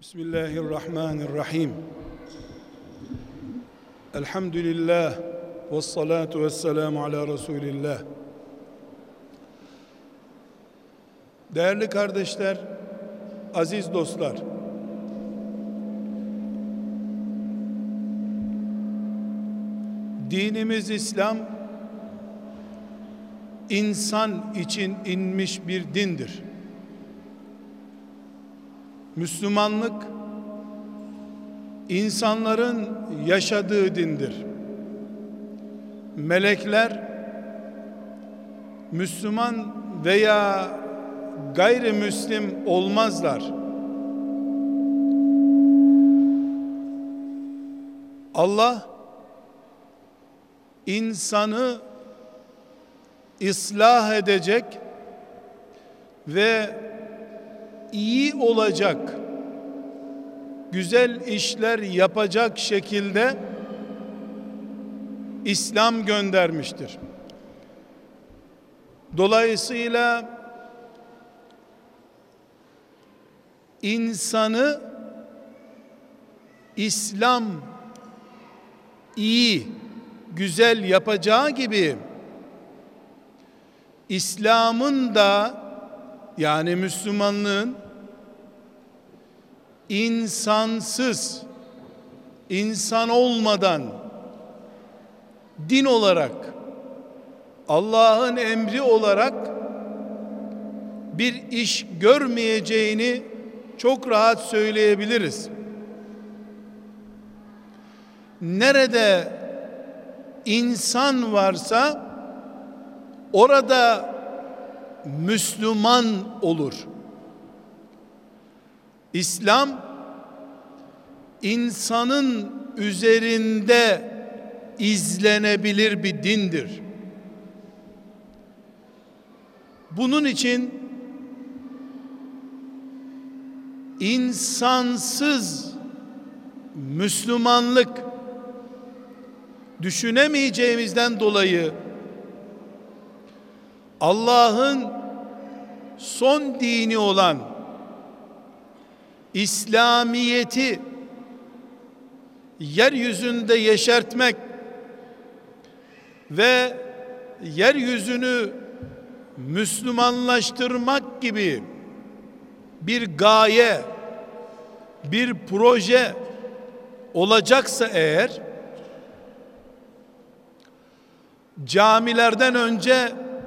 Bismillahirrahmanirrahim. Elhamdülillah ve salatu ve selamu ala Resulillah. Değerli kardeşler, aziz dostlar, dinimiz İslam, insan için inmiş bir dindir. Müslümanlık, insanların yaşadığı dindir. Melekler, Müslüman veya gayrimüslim olmazlar. Allah, insanı ıslah edecek ve iyi olacak, güzel işler yapacak şekilde İslam göndermiştir. Dolayısıyla insanı İslam iyi, güzel yapacağı gibi İslam'ın da, yani Müslümanlığın insansız, insan olmadan din olarak, Allah'ın emri olarak bir iş görmeyeceğini çok rahat söyleyebiliriz. Nerede insan varsa orada Müslüman olur. İslam, insanın üzerinde izlenebilir bir dindir. Bunun için insansız Müslümanlık düşünemeyeceğimizden dolayı Allah'ın son dini olan İslamiyeti yeryüzünde yeşertmek ve yeryüzünü Müslümanlaştırmak gibi bir gaye, bir proje olacaksa eğer, camilerden önce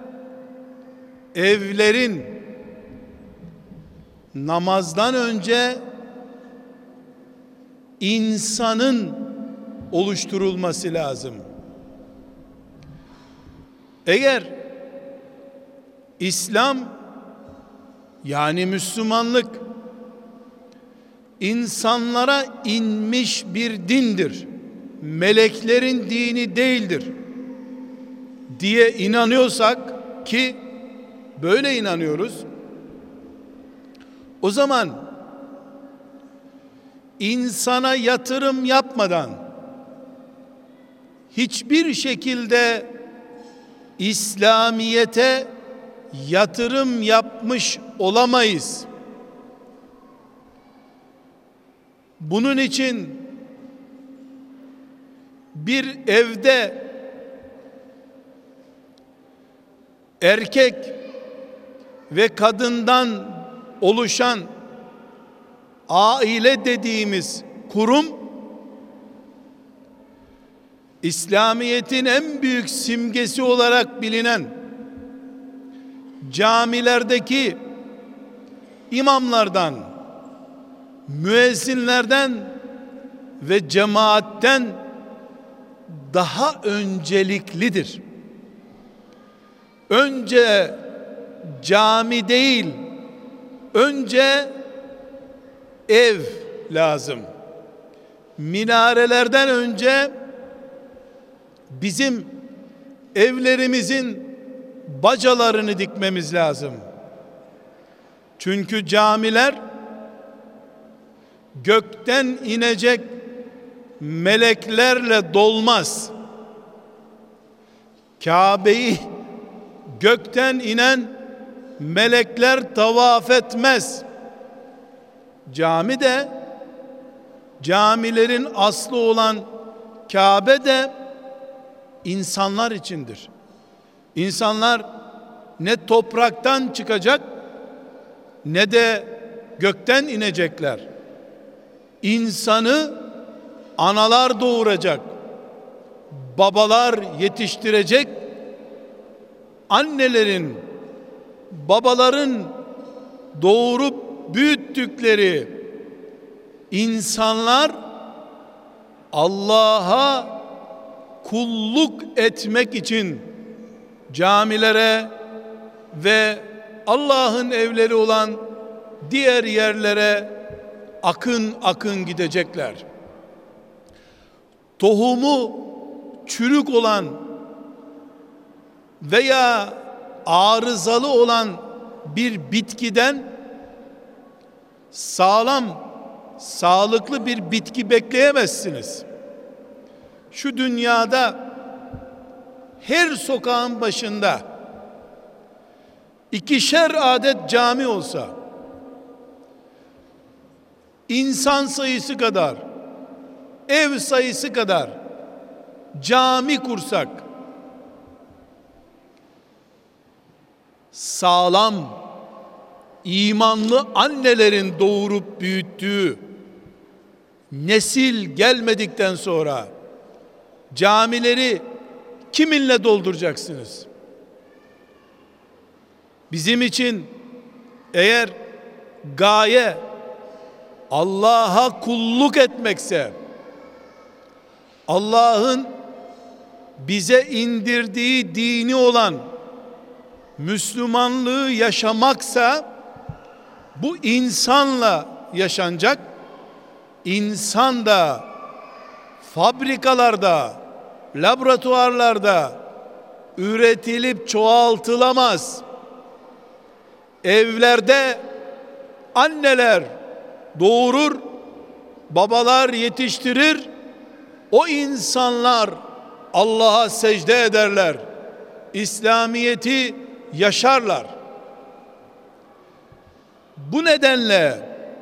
evlerin, namazdan önce insanın oluşturulması lazım. Eğer İslam, yani Müslümanlık, insanlara inmiş bir dindir, meleklerin dini değildir diye inanıyorsak, ki böyle inanıyoruz, o zaman insana yatırım yapmadan hiçbir şekilde İslamiyete yatırım yapmış olamayız. Bunun için bir evde erkek ve kadından oluşan aile dediğimiz kurum, İslamiyet'in en büyük simgesi olarak bilinen camilerdeki imamlardan, müezzinlerden ve cemaatten daha önceliklidir. Önce cami değil, önce ev lazım. Minarelerden önce bizim evlerimizin bacalarını dikmemiz lazım. Çünkü camiler gökten inecek meleklerle dolmaz. Kabe'yi gökten inen melekler tavaf etmez. Cami de camilerin aslı olan Kabe de insanlar içindir. İnsanlar ne topraktan çıkacak ne de gökten inecekler. İnsanı analar doğuracak, babalar yetiştirecek, annelerin, babaların doğurup büyüttükleri insanlar Allah'a kulluk etmek için camilere ve Allah'ın evleri olan diğer yerlere akın akın gidecekler. Tohumu çürük olan veya arızalı olan bir bitkiden sağlam, sağlıklı bir bitki bekleyemezsiniz. Şu dünyada her sokağın başında 2'şer adet cami olsa, insan sayısı kadar, ev sayısı kadar cami kursak, sağlam, imanlı annelerin doğurup büyüttüğü nesil gelmedikten sonra camileri kiminle dolduracaksınız? Bizim için eğer gaye Allah'a kulluk etmekse, Allah'ın bize indirdiği dini olan Müslümanlığı yaşamaksa, bu insanla yaşanacak. İnsan da fabrikalarda, laboratuvarlarda üretilip çoğaltılamaz. Evlerde anneler doğurur, babalar yetiştirir. O insanlar Allah'a secde ederler. İslamiyeti yaşarlar. Bu nedenle,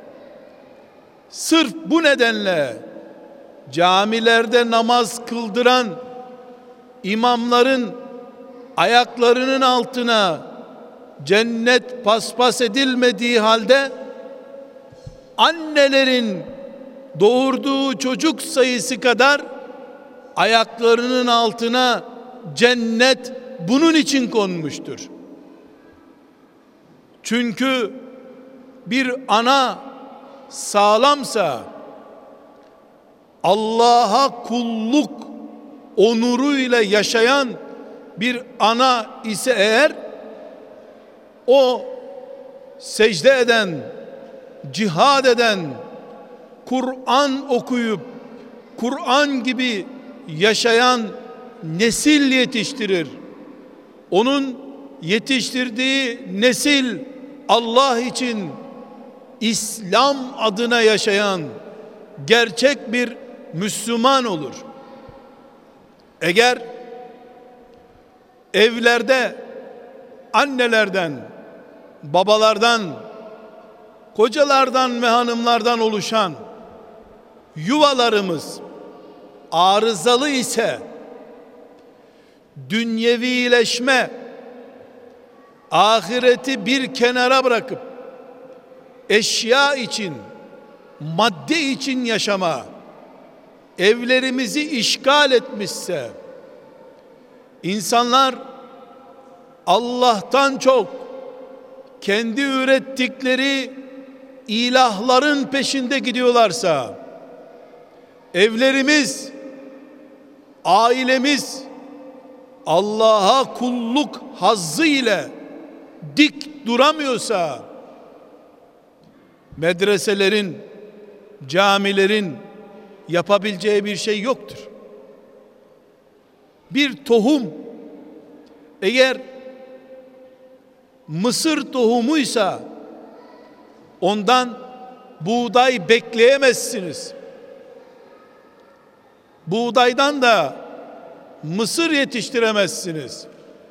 sırf bu nedenle camilerde namaz kıldıran imamların ayaklarının altına cennet paspas edilmediği halde annelerin doğurduğu çocuk sayısı kadar ayaklarının altına cennet bunun için konmuştur. Çünkü bir ana sağlamsa, Allah'a kulluk onuruyla yaşayan bir ana ise eğer, o secde eden, cihad eden, Kur'an okuyup Kur'an gibi yaşayan nesil yetiştirir. Onun yetiştirdiği nesil Allah için, İslam adına yaşayan gerçek bir Müslüman olur. Eğer evlerde annelerden, babalardan, kocalardan ve hanımlardan oluşan yuvalarımız arızalı ise, dünyevileşme, ahireti bir kenara bırakıp eşya için, madde için yaşama evlerimizi işgal etmişse, insanlar Allah'tan çok kendi ürettikleri ilahların peşinde gidiyorlarsa, evlerimiz, ailemiz Allah'a kulluk hazzı ile dik duramıyorsa, medreselerin, camilerin yapabileceği bir şey yoktur. Bir tohum eğer mısır tohumuysa ondan buğday bekleyemezsiniz. Buğdaydan da mısır yetiştiremezsiniz.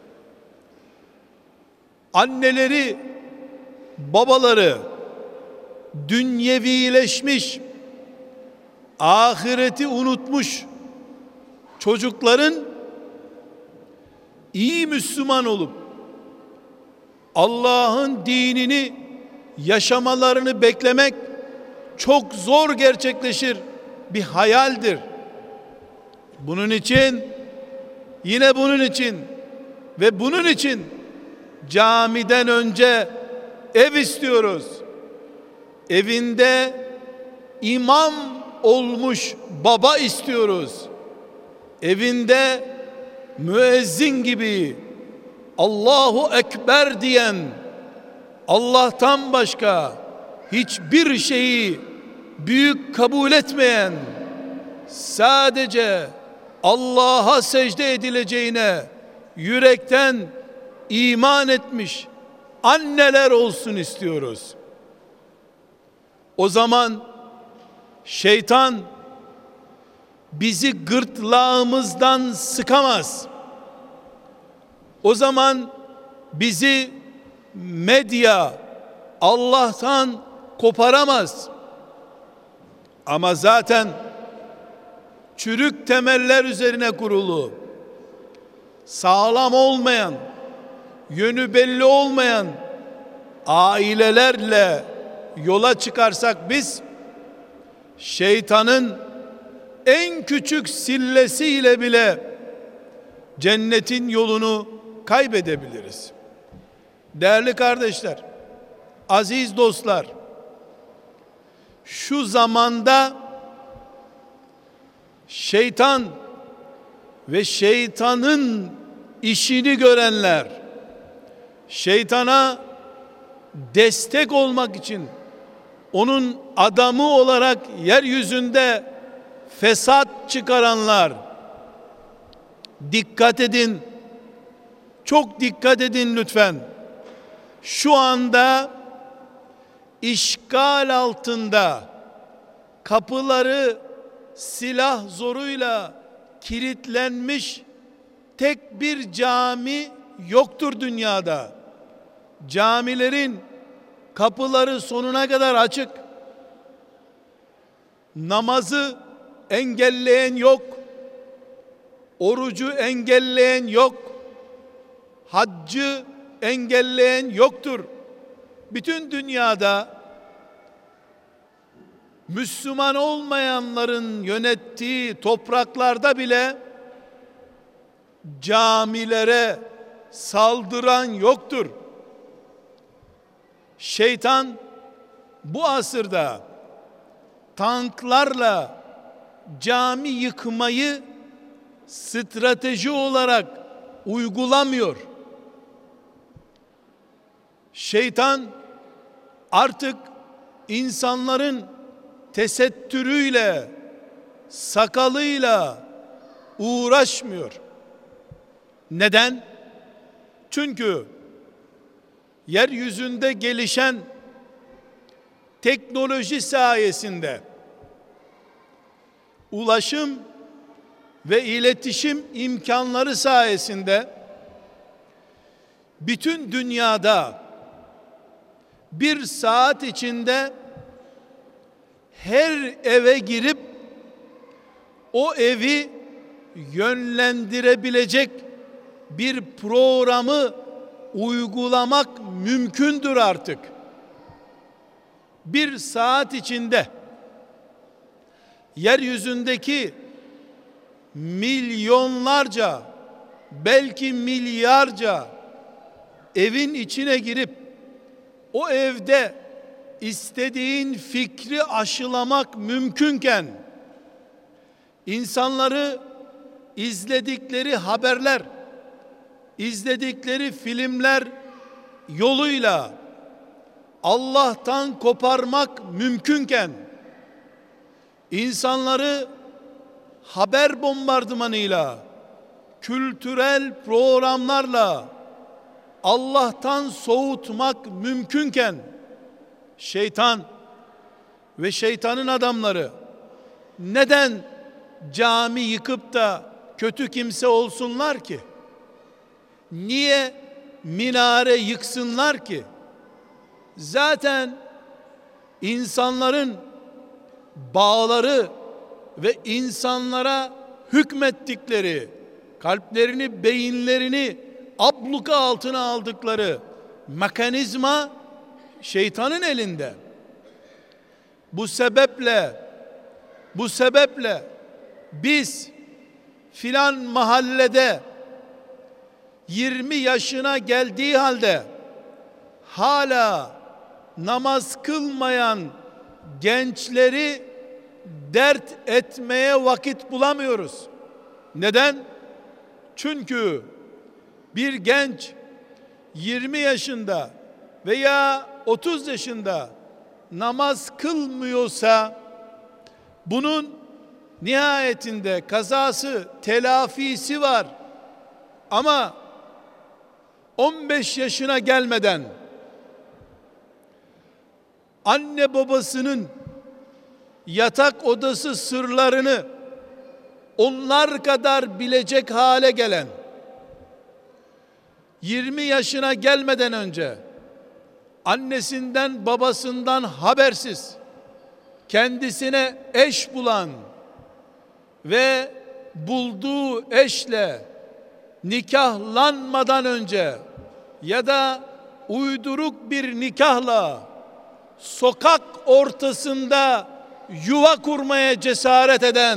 Anneleri, babaları dünyevileşmiş, ahireti unutmuş çocukların iyi Müslüman olup Allah'ın dinini yaşamalarını beklemek çok zor gerçekleşir bir hayaldir. Bunun için, yine bunun için ve bunun için camiden önce ev istiyoruz. Evinde imam olmuş baba istiyoruz. Evinde müezzin gibi Allahu Ekber diyen, Allah'tan başka hiçbir şeyi büyük kabul etmeyen, sadece Allah'a secde edileceğine yürekten iman etmiş anneler olsun istiyoruz. O zaman şeytan bizi gırtlağımızdan sıkamaz. O zaman bizi medya Allah'tan koparamaz. Ama zaten çürük temeller üzerine kurulu, sağlam olmayan, yönü belli olmayan ailelerle yola çıkarsak biz, şeytanın en küçük sillesiyle bile cennetin yolunu kaybedebiliriz. Değerli kardeşler, aziz dostlar, şu zamanda şeytan ve şeytanın işini görenler, şeytana destek olmak için onun adamı olarak yeryüzünde fesat çıkaranlar, dikkat edin, çok dikkat edin lütfen. Şu anda işgal altında, kapıları silah zoruyla kilitlenmiş tek bir cami yoktur dünyada. Camilerin kapıları sonuna kadar açık. Namazı engelleyen yok. Orucu engelleyen yok. Haccı engelleyen yoktur. Bütün dünyada Müslüman olmayanların yönettiği topraklarda bile camilere saldıran yoktur. Şeytan bu asırda tanklarla cami yıkmayı strateji olarak uygulamıyor. Şeytan artık insanların tesettürüyle, sakalıyla uğraşmıyor. Neden? Çünkü yeryüzünde gelişen teknoloji sayesinde ulaşım ve iletişim imkanları sayesinde bütün dünyada bir saat içinde her eve girip o evi yönlendirebilecek bir programı uygulamak mümkündür artık. Bir saat içinde yeryüzündeki milyonlarca, belki milyarca evin içine girip o evde istediğin fikri aşılamak mümkünken, insanları izledikleri haberler, izledikleri filmler yoluyla Allah'tan koparmak mümkünken, insanları haber bombardımanıyla, kültürel programlarla Allah'tan soğutmak mümkünken, şeytan ve şeytanın adamları neden cami yıkıp da kötü kimse olsunlar ki? Niye minare yıksınlar ki? Zaten insanların bağları ve insanlara hükmettikleri, kalplerini, beyinlerini abluka altına aldıkları mekanizma şeytanın elinde. Bu sebeple biz filan mahallede 20 yaşına geldiği halde hala namaz kılmayan gençleri dert etmeye vakit bulamıyoruz. Neden? Çünkü bir genç 20 yaşında veya 30 yaşında namaz kılmıyorsa bunun nihayetinde kazası, telafisi var. Ama 15 yaşına gelmeden anne babasının yatak odası sırlarını onlar kadar bilecek hale gelen, 20 yaşına gelmeden önce annesinden babasından habersiz kendisine eş bulan ve bulduğu eşle nikahlanmadan önce ya da uyduruk bir nikahla sokak ortasında yuva kurmaya cesaret eden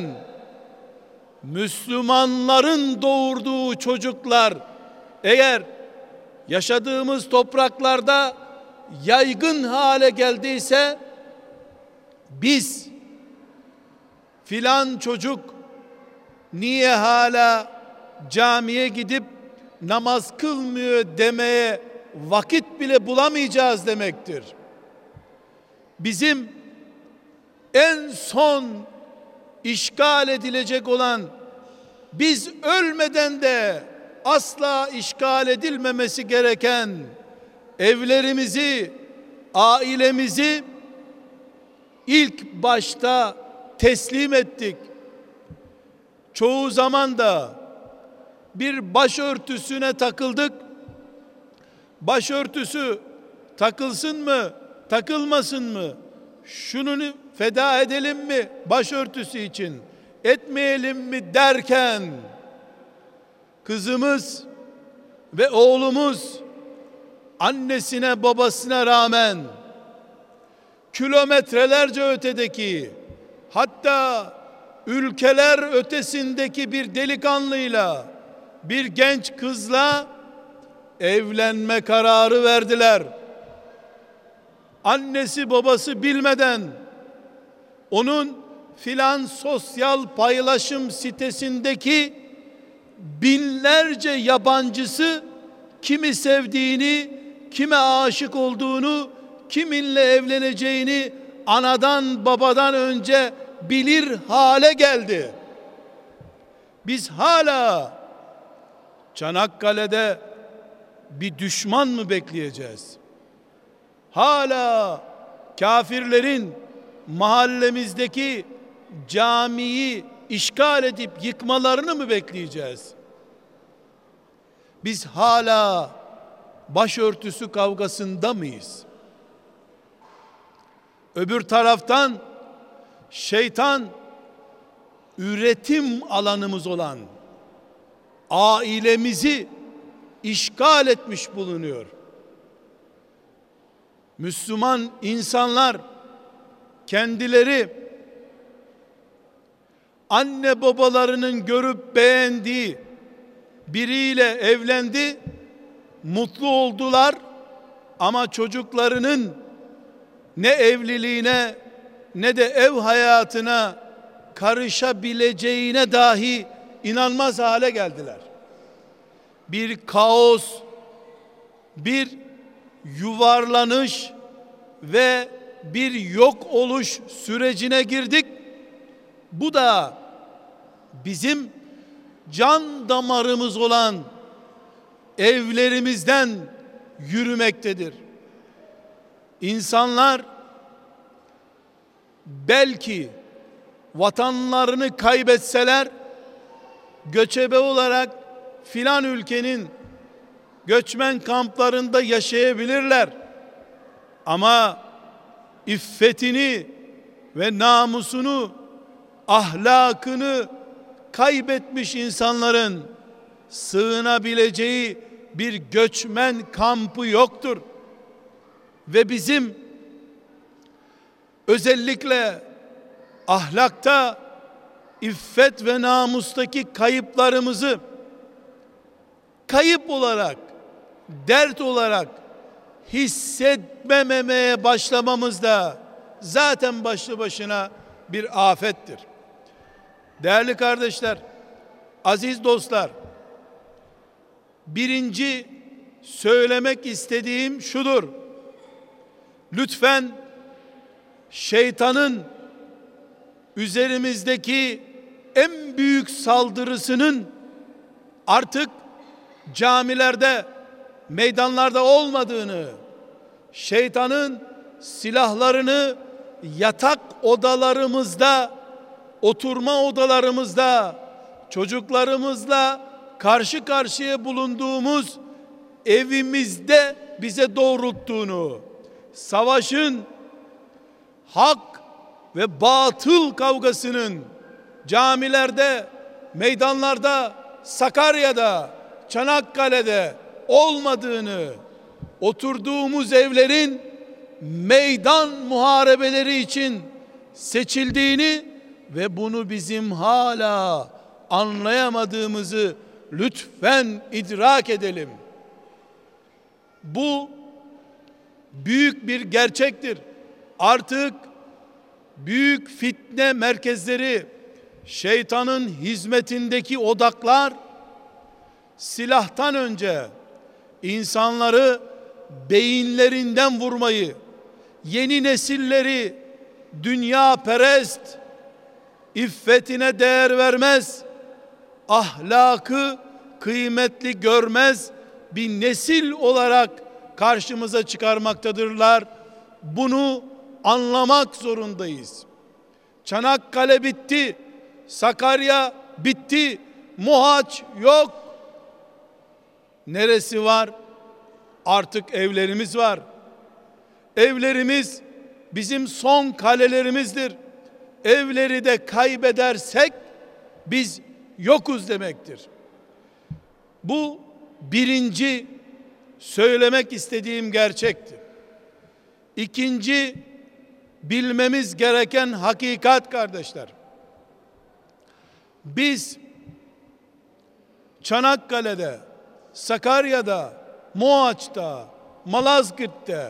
Müslümanların doğurduğu çocuklar eğer yaşadığımız topraklarda yaygın hale geldiyse, biz filan çocuk niye hala camiye gidip namaz kılmıyor demeye vakit bile bulamayacağız demektir. Bizim en son işgal edilecek olan, biz ölmeden de asla işgal edilmemesi gereken evlerimizi, ailemizi ilk başta teslim ettik. Çoğu zaman da bir başörtüsüne takıldık. Başörtüsü takılsın mı, takılmasın mı? Şunu feda edelim mi başörtüsü için, etmeyelim mi derken kızımız ve oğlumuz annesine babasına rağmen kilometrelerce ötedeki, hatta ülkeler ötesindeki bir delikanlıyla, bir genç kızla evlenme kararı verdiler. Annesi babası bilmeden onun filan sosyal paylaşım sitesindeki binlerce yabancısı kimi sevdiğini, kime aşık olduğunu, kiminle evleneceğini anadan babadan önce bilir hale geldi. Biz hala Çanakkale'de bir düşman mı bekleyeceğiz? Hala kafirlerin mahallemizdeki camiyi işgal edip yıkmalarını mı bekleyeceğiz? Biz hala başörtüsü kavgasında mıyız? Öbür taraftan şeytan üretim alanımız olan ailemizi işgal etmiş bulunuyor. Müslüman insanlar kendileri anne babalarının görüp beğendiği biriyle evlendi, mutlu oldular ama çocuklarının ne evliliğine ne de ev hayatına karışabileceğine dahi inanmaz hale geldiler. Bir kaos, bir yuvarlanış ve bir yok oluş sürecine girdik. Bu da bizim can damarımız olan evlerimizden yürümektedir. İnsanlar belki vatanlarını kaybetseler göçebe olarak filan ülkenin göçmen kamplarında yaşayabilirler. Ama iffetini ve namusunu ahlakını kaybetmiş insanların sığınabileceği bir göçmen kampı yoktur. Ve bizim özellikle ahlakta, iffet ve namustaki kayıplarımızı kayıp olarak, dert olarak hissetmemeye başlamamız da zaten başlı başına bir afettir. Değerli kardeşler, aziz dostlar, birinci söylemek istediğim şudur: lütfen şeytanın üzerimizdeki en büyük saldırısının artık camilerde, meydanlarda olmadığını, şeytanın silahlarını yatak odalarımızda, oturma odalarımızda, çocuklarımızla karşı karşıya bulunduğumuz evimizde bize doğrulttuğunu, savaşın, hak ve batıl kavgasının camilerde, meydanlarda, Sakarya'da, Çanakkale'de olmadığını, oturduğumuz evlerin meydan muharebeleri için seçildiğini ve bunu bizim hala anlayamadığımızı lütfen idrak edelim. Bu büyük bir gerçektir. Artık büyük fitne merkezleri, şeytanın hizmetindeki odaklar silahtan önce insanları beyinlerinden vurmayı, yeni nesilleri dünya perest, iffetine değer vermez, ahlakı kıymetli görmez bir nesil olarak karşımıza çıkarmaktadırlar. Bunu anlamak zorundayız. Çanakkale bitti, Sakarya bitti, Mohaç yok. Neresi var? Artık evlerimiz var. Evlerimiz bizim son kalelerimizdir. Evleri de kaybedersek biz yokuz demektir. Bu birinci söylemek istediğim gerçektir. İkinci bilmemiz gereken hakikat kardeşler. Biz Çanakkale'de, Sakarya'da, Mohaç'ta, Malazgirt'te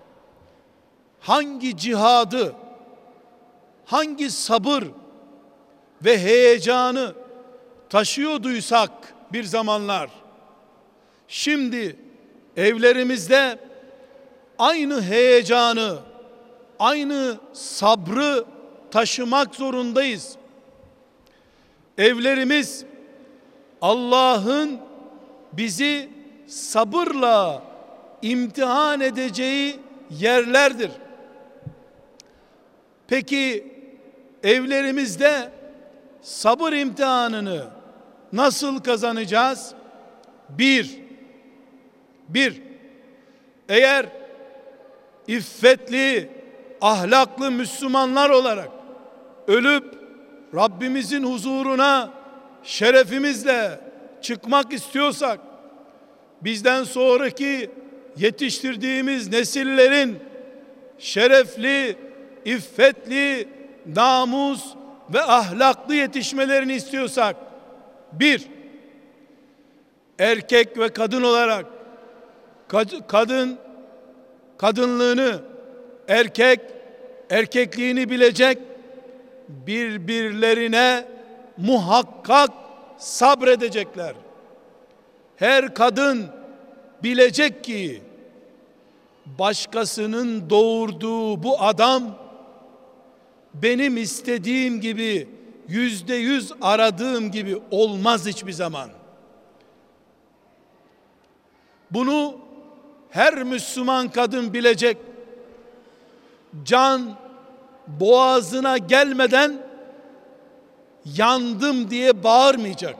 hangi cihadı, hangi sabır ve heyecanı taşıyorduysak bir zamanlar, şimdi evlerimizde aynı heyecanı, aynı sabrı taşımak zorundayız. Evlerimiz Allah'ın bizi sabırla imtihan edeceği yerlerdir. Peki evlerimizde sabır imtihanını nasıl kazanacağız? Bir, eğer iffetli, ahlaklı Müslümanlar olarak ölüp Rabbimizin huzuruna şerefimizle çıkmak istiyorsak, bizden sonraki yetiştirdiğimiz nesillerin şerefli, iffetli, namus ve ahlaklı yetişmelerini istiyorsak, bir, erkek ve kadın olarak kadın kadınlığını, erkek erkekliğini bilecek, birbirlerine muhakkak sabredecekler. Her kadın bilecek ki başkasının doğurduğu bu adam benim istediğim gibi, %100 aradığım gibi olmaz hiçbir zaman. Bunu her Müslüman kadın bilecek. Can boğazına gelmeden yandım diye bağırmayacak.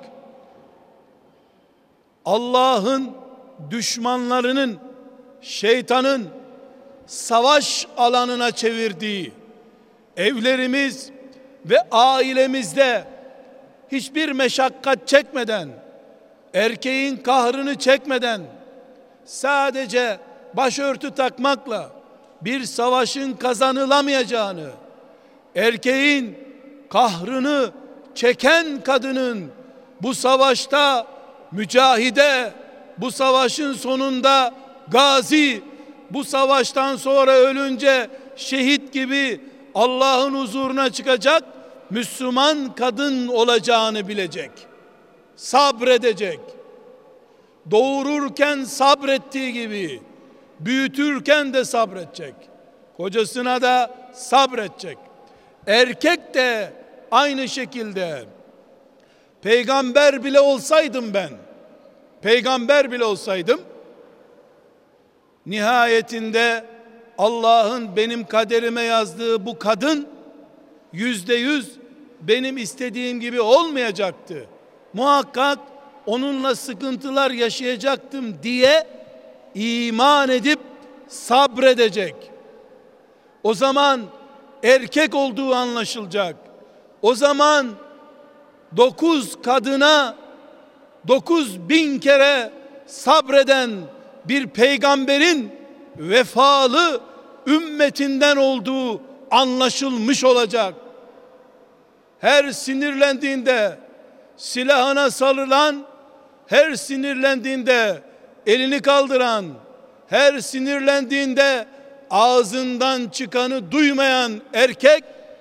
Allah'ın düşmanlarının, şeytanın savaş alanına çevirdiği evlerimiz, ve ailemizde hiçbir meşakkat çekmeden, erkeğin kahrını çekmeden, sadece başörtü takmakla bir savaşın kazanılamayacağını, erkeğin kahrını çeken kadının bu savaşta mücahide, bu savaşın sonunda gazi, bu savaştan sonra ölünce şehit gibi Allah'ın huzuruna çıkacak Müslüman kadın olacağını bilecek. Sabredecek. Doğururken sabrettiği gibi büyütürken de sabredecek. Kocasına da sabredecek. Erkek de aynı şekilde. Peygamber bile olsaydım ben, peygamber bile olsaydım, nihayetinde Allah'ın benim kaderime yazdığı bu kadın %100 benim istediğim gibi olmayacaktı. Muhakkak onunla sıkıntılar yaşayacaktım diye iman edip sabredecek. O zaman erkek olduğu anlaşılacak. O zaman 9 kadına 9.000 kere sabreden bir peygamberin vefalı ümmetinden olduğu anlaşılmış olacak. Her sinirlendiğinde silahına sarılan, her sinirlendiğinde elini kaldıran, her sinirlendiğinde ağzından çıkanı duymayan erkek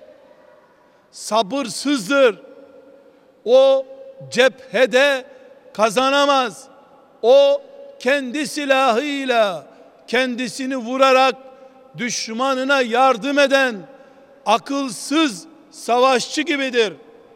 sabırsızdır. O cephede kazanamaz. O kendi silahıyla kendisini vurarak düşmanına yardım eden akılsız savaşçı gibidir.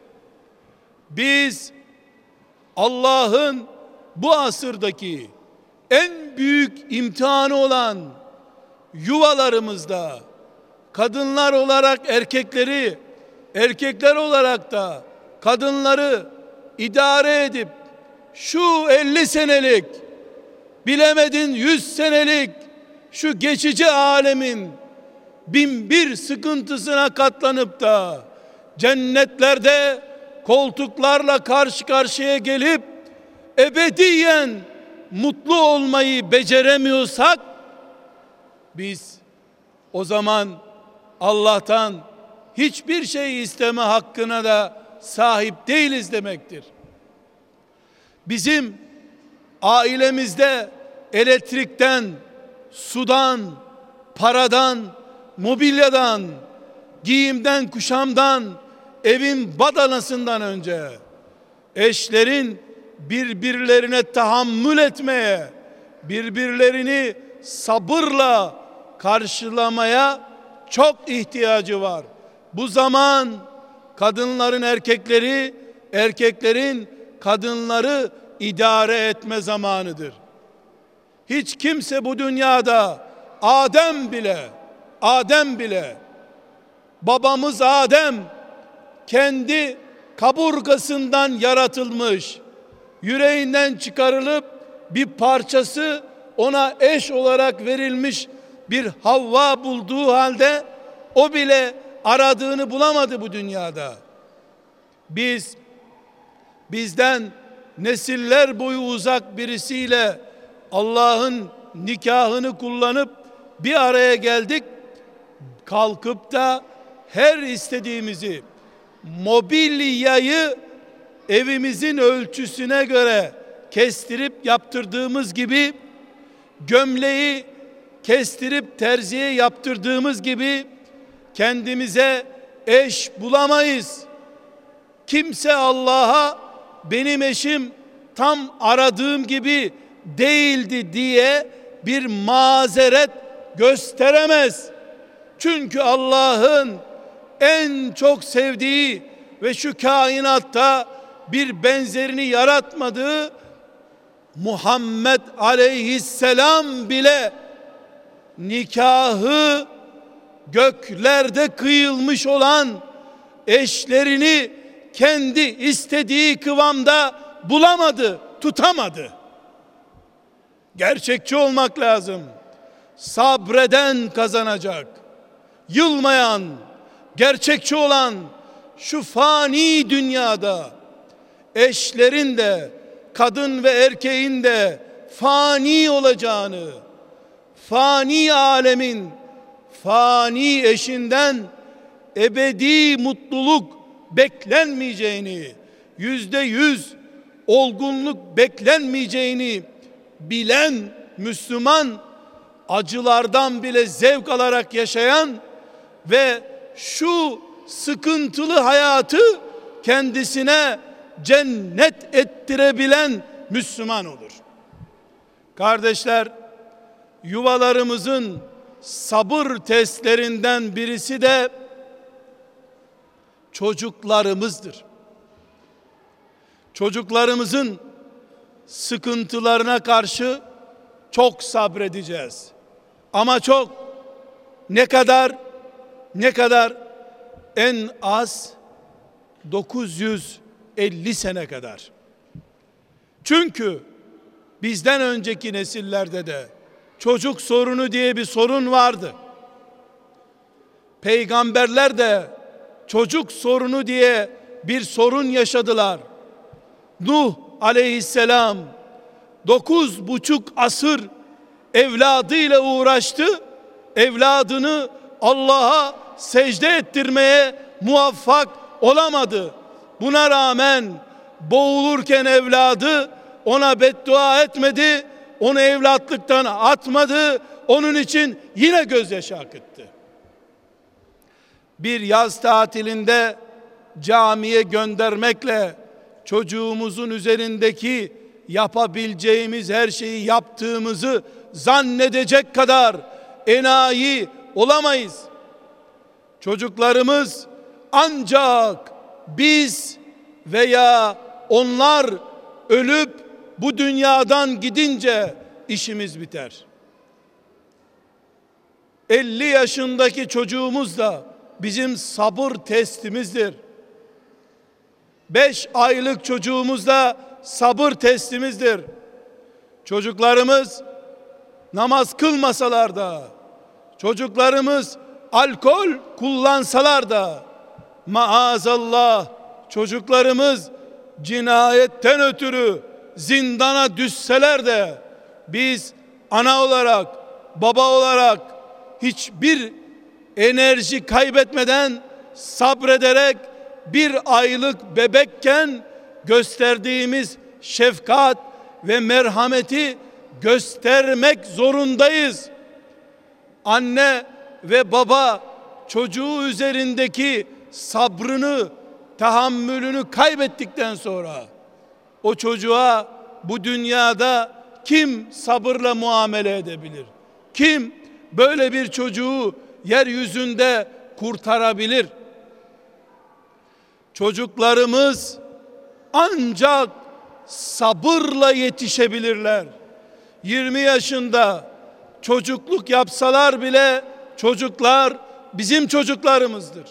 Biz Allah'ın bu asırdaki en büyük imtihanı olan yuvalarımızda kadınlar olarak erkekleri, erkekler olarak da kadınları idare edip şu 50 senelik, bilemedin 100 senelik şu geçici alemin binbir sıkıntısına katlanıp da cennetlerde koltuklarla karşı karşıya gelip ebediyen mutlu olmayı beceremiyorsak, biz o zaman Allah'tan hiçbir şey isteme hakkına da sahip değiliz demektir. Bizim ailemizde elektrikten, sudan, paradan, mobilyadan, giyimden, kuşamdan, evin badanasından önce eşlerin birbirlerine tahammül etmeye, birbirlerini sabırla karşılamaya çok ihtiyacı var. Bu zaman kadınların erkekleri, erkeklerin kadınları idare etme zamanıdır. Hiç kimse bu dünyada, Adem bile babamız Adem kendi kaburgasından yaratılmış, yüreğinden çıkarılıp bir parçası ona eş olarak verilmiş bir Havva bulduğu halde o bile aradığını bulamadı bu dünyada. Bizden nesiller boyu uzak birisiyle Allah'ın nikahını kullanıp bir araya geldik. Kalkıp da her istediğimizi, mobilyayı evimizin ölçüsüne göre kestirip yaptırdığımız gibi, gömleği kestirip terziye yaptırdığımız gibi kendimize eş bulamayız. Kimse Allah'a benim eşim tam aradığım gibi değildi diye bir mazeret gösteremez. Çünkü Allah'ın en çok sevdiği ve şu kainatta bir benzerini yaratmadığı Muhammed aleyhisselam bile nikahı göklerde kıyılmış olan eşlerini kendi istediği kıvamda bulamadı, tutamadı. Gerçekçi olmak lazım. Sabreden kazanacak. Yılmayan, gerçekçi olan, şu fani dünyada eşlerin de, kadın ve erkeğin de fani olacağını, fani alemin fani eşinden ebedi mutluluk beklenmeyeceğini, %100 olgunluk beklenmeyeceğini bilen Müslüman, acılardan bile zevk alarak yaşayan ve şu sıkıntılı hayatı kendisine cennet ettirebilen Müslüman olur. Kardeşler, yuvalarımızın sabır testlerinden birisi de çocuklarımızdır. Çocuklarımızın sıkıntılarına karşı çok sabredeceğiz. Ama çok, ne kadar? En az 950 sene kadar. Çünkü bizden önceki nesillerde de çocuk sorunu diye bir sorun vardı. Peygamberler de çocuk sorunu diye bir sorun yaşadılar. Nuh aleyhisselam 9,5 asır evladıyla uğraştı. Evladını Allah'a secde ettirmeye muvaffak olamadı. Buna rağmen boğulurken evladı ona beddua etmedi, onu evlatlıktan atmadı, onun için yine gözyaşı akıttı. Bir yaz tatilinde camiye göndermekle çocuğumuzun üzerindeki yapabileceğimiz her şeyi yaptığımızı zannedecek kadar enayi olamayız. Çocuklarımız ancak biz veya onlar ölüp bu dünyadan gidince işimiz biter. 50 yaşındaki çocuğumuz da bizim sabır testimizdir. 5 aylık çocuğumuz da sabır testimizdir. Çocuklarımız namaz kılmasalar da, çocuklarımız alkol kullansalar da, maazallah çocuklarımız cinayetten ötürü zindana düşseler de, biz ana olarak, baba olarak hiçbir enerji kaybetmeden sabrederek bir aylık bebekken gösterdiğimiz şefkat ve merhameti göstermek zorundayız. Anne ve baba çocuğu üzerindeki sabrını, tahammülünü kaybettikten sonra o çocuğa bu dünyada kim sabırla muamele edebilir? Kim böyle bir çocuğu yeryüzünde kurtarabilir? Çocuklarımız ancak sabırla yetişebilirler. 20 yaşında çocukluk yapsalar bile çocuklar bizim çocuklarımızdır.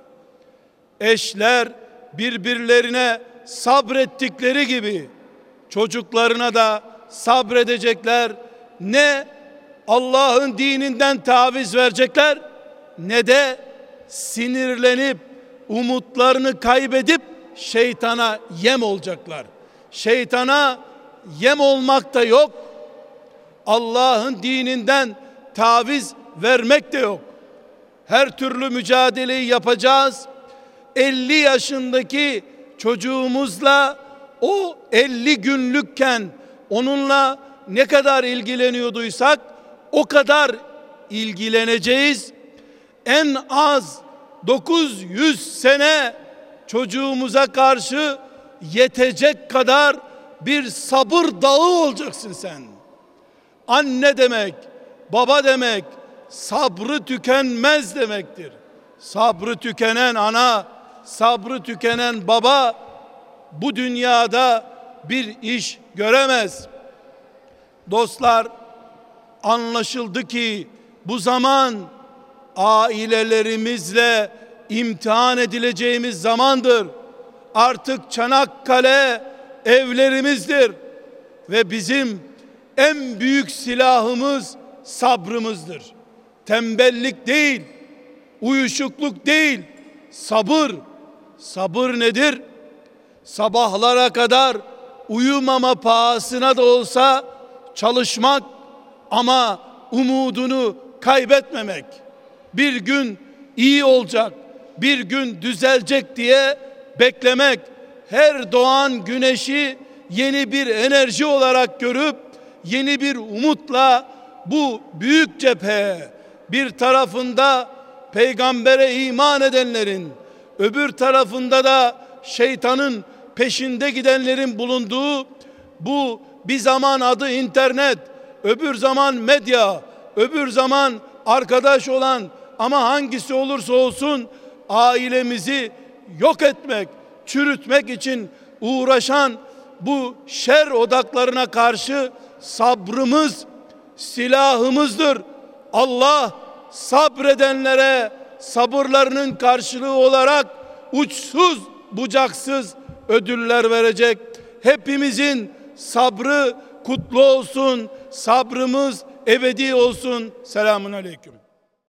Eşler birbirlerine sabrettikleri gibi çocuklarına da sabredecekler. Ne Allah'ın dininden taviz verecekler, ne de sinirlenip umutlarını kaybedip şeytana yem olacaklar. Şeytana yem olmak da yok. Allah'ın dininden taviz vermek de yok. Her türlü mücadeleyi yapacağız. 50 yaşındaki çocuğumuzla o 50 günlükken onunla ne kadar ilgileniyorduysak o kadar ilgileneceğiz. En az 900 sene çocuğumuza karşı yetecek kadar bir sabır dağı olacaksın sen. Anne demek, baba demek, sabrı tükenmez demektir. Sabrı tükenen ana, sabrı tükenen baba bu dünyada bir iş göremez. Dostlar, anlaşıldı ki bu zaman ailelerimizle imtihan edileceğimiz zamandır. Artık Çanakkale evlerimizdir ve bizim en büyük silahımız sabrımızdır. Tembellik değil, uyuşukluk değil, sabır. Sabır nedir? Sabahlara kadar uyumama pahasına da olsa çalışmak ama umudunu kaybetmemek. Bir gün iyi olacak, bir gün düzelecek diye beklemek. Her doğan güneşi yeni bir enerji olarak görüp yeni bir umutla bu büyük cepheye, bir tarafında peygambere iman edenlerin, öbür tarafında da şeytanın peşinde gidenlerin bulunduğu bu bir zaman adı internet, öbür zaman medya, öbür zaman arkadaş olan ama hangisi olursa olsun ailemizi yok etmek, çürütmek için uğraşan bu şer odaklarına karşı sabrımız silahımızdır. Allah sabredenlere sabırlarının karşılığı olarak uçsuz bucaksız ödüller verecek. Hepimizin sabrı kutlu olsun, sabrımız ebedi olsun. Selamun aleyküm.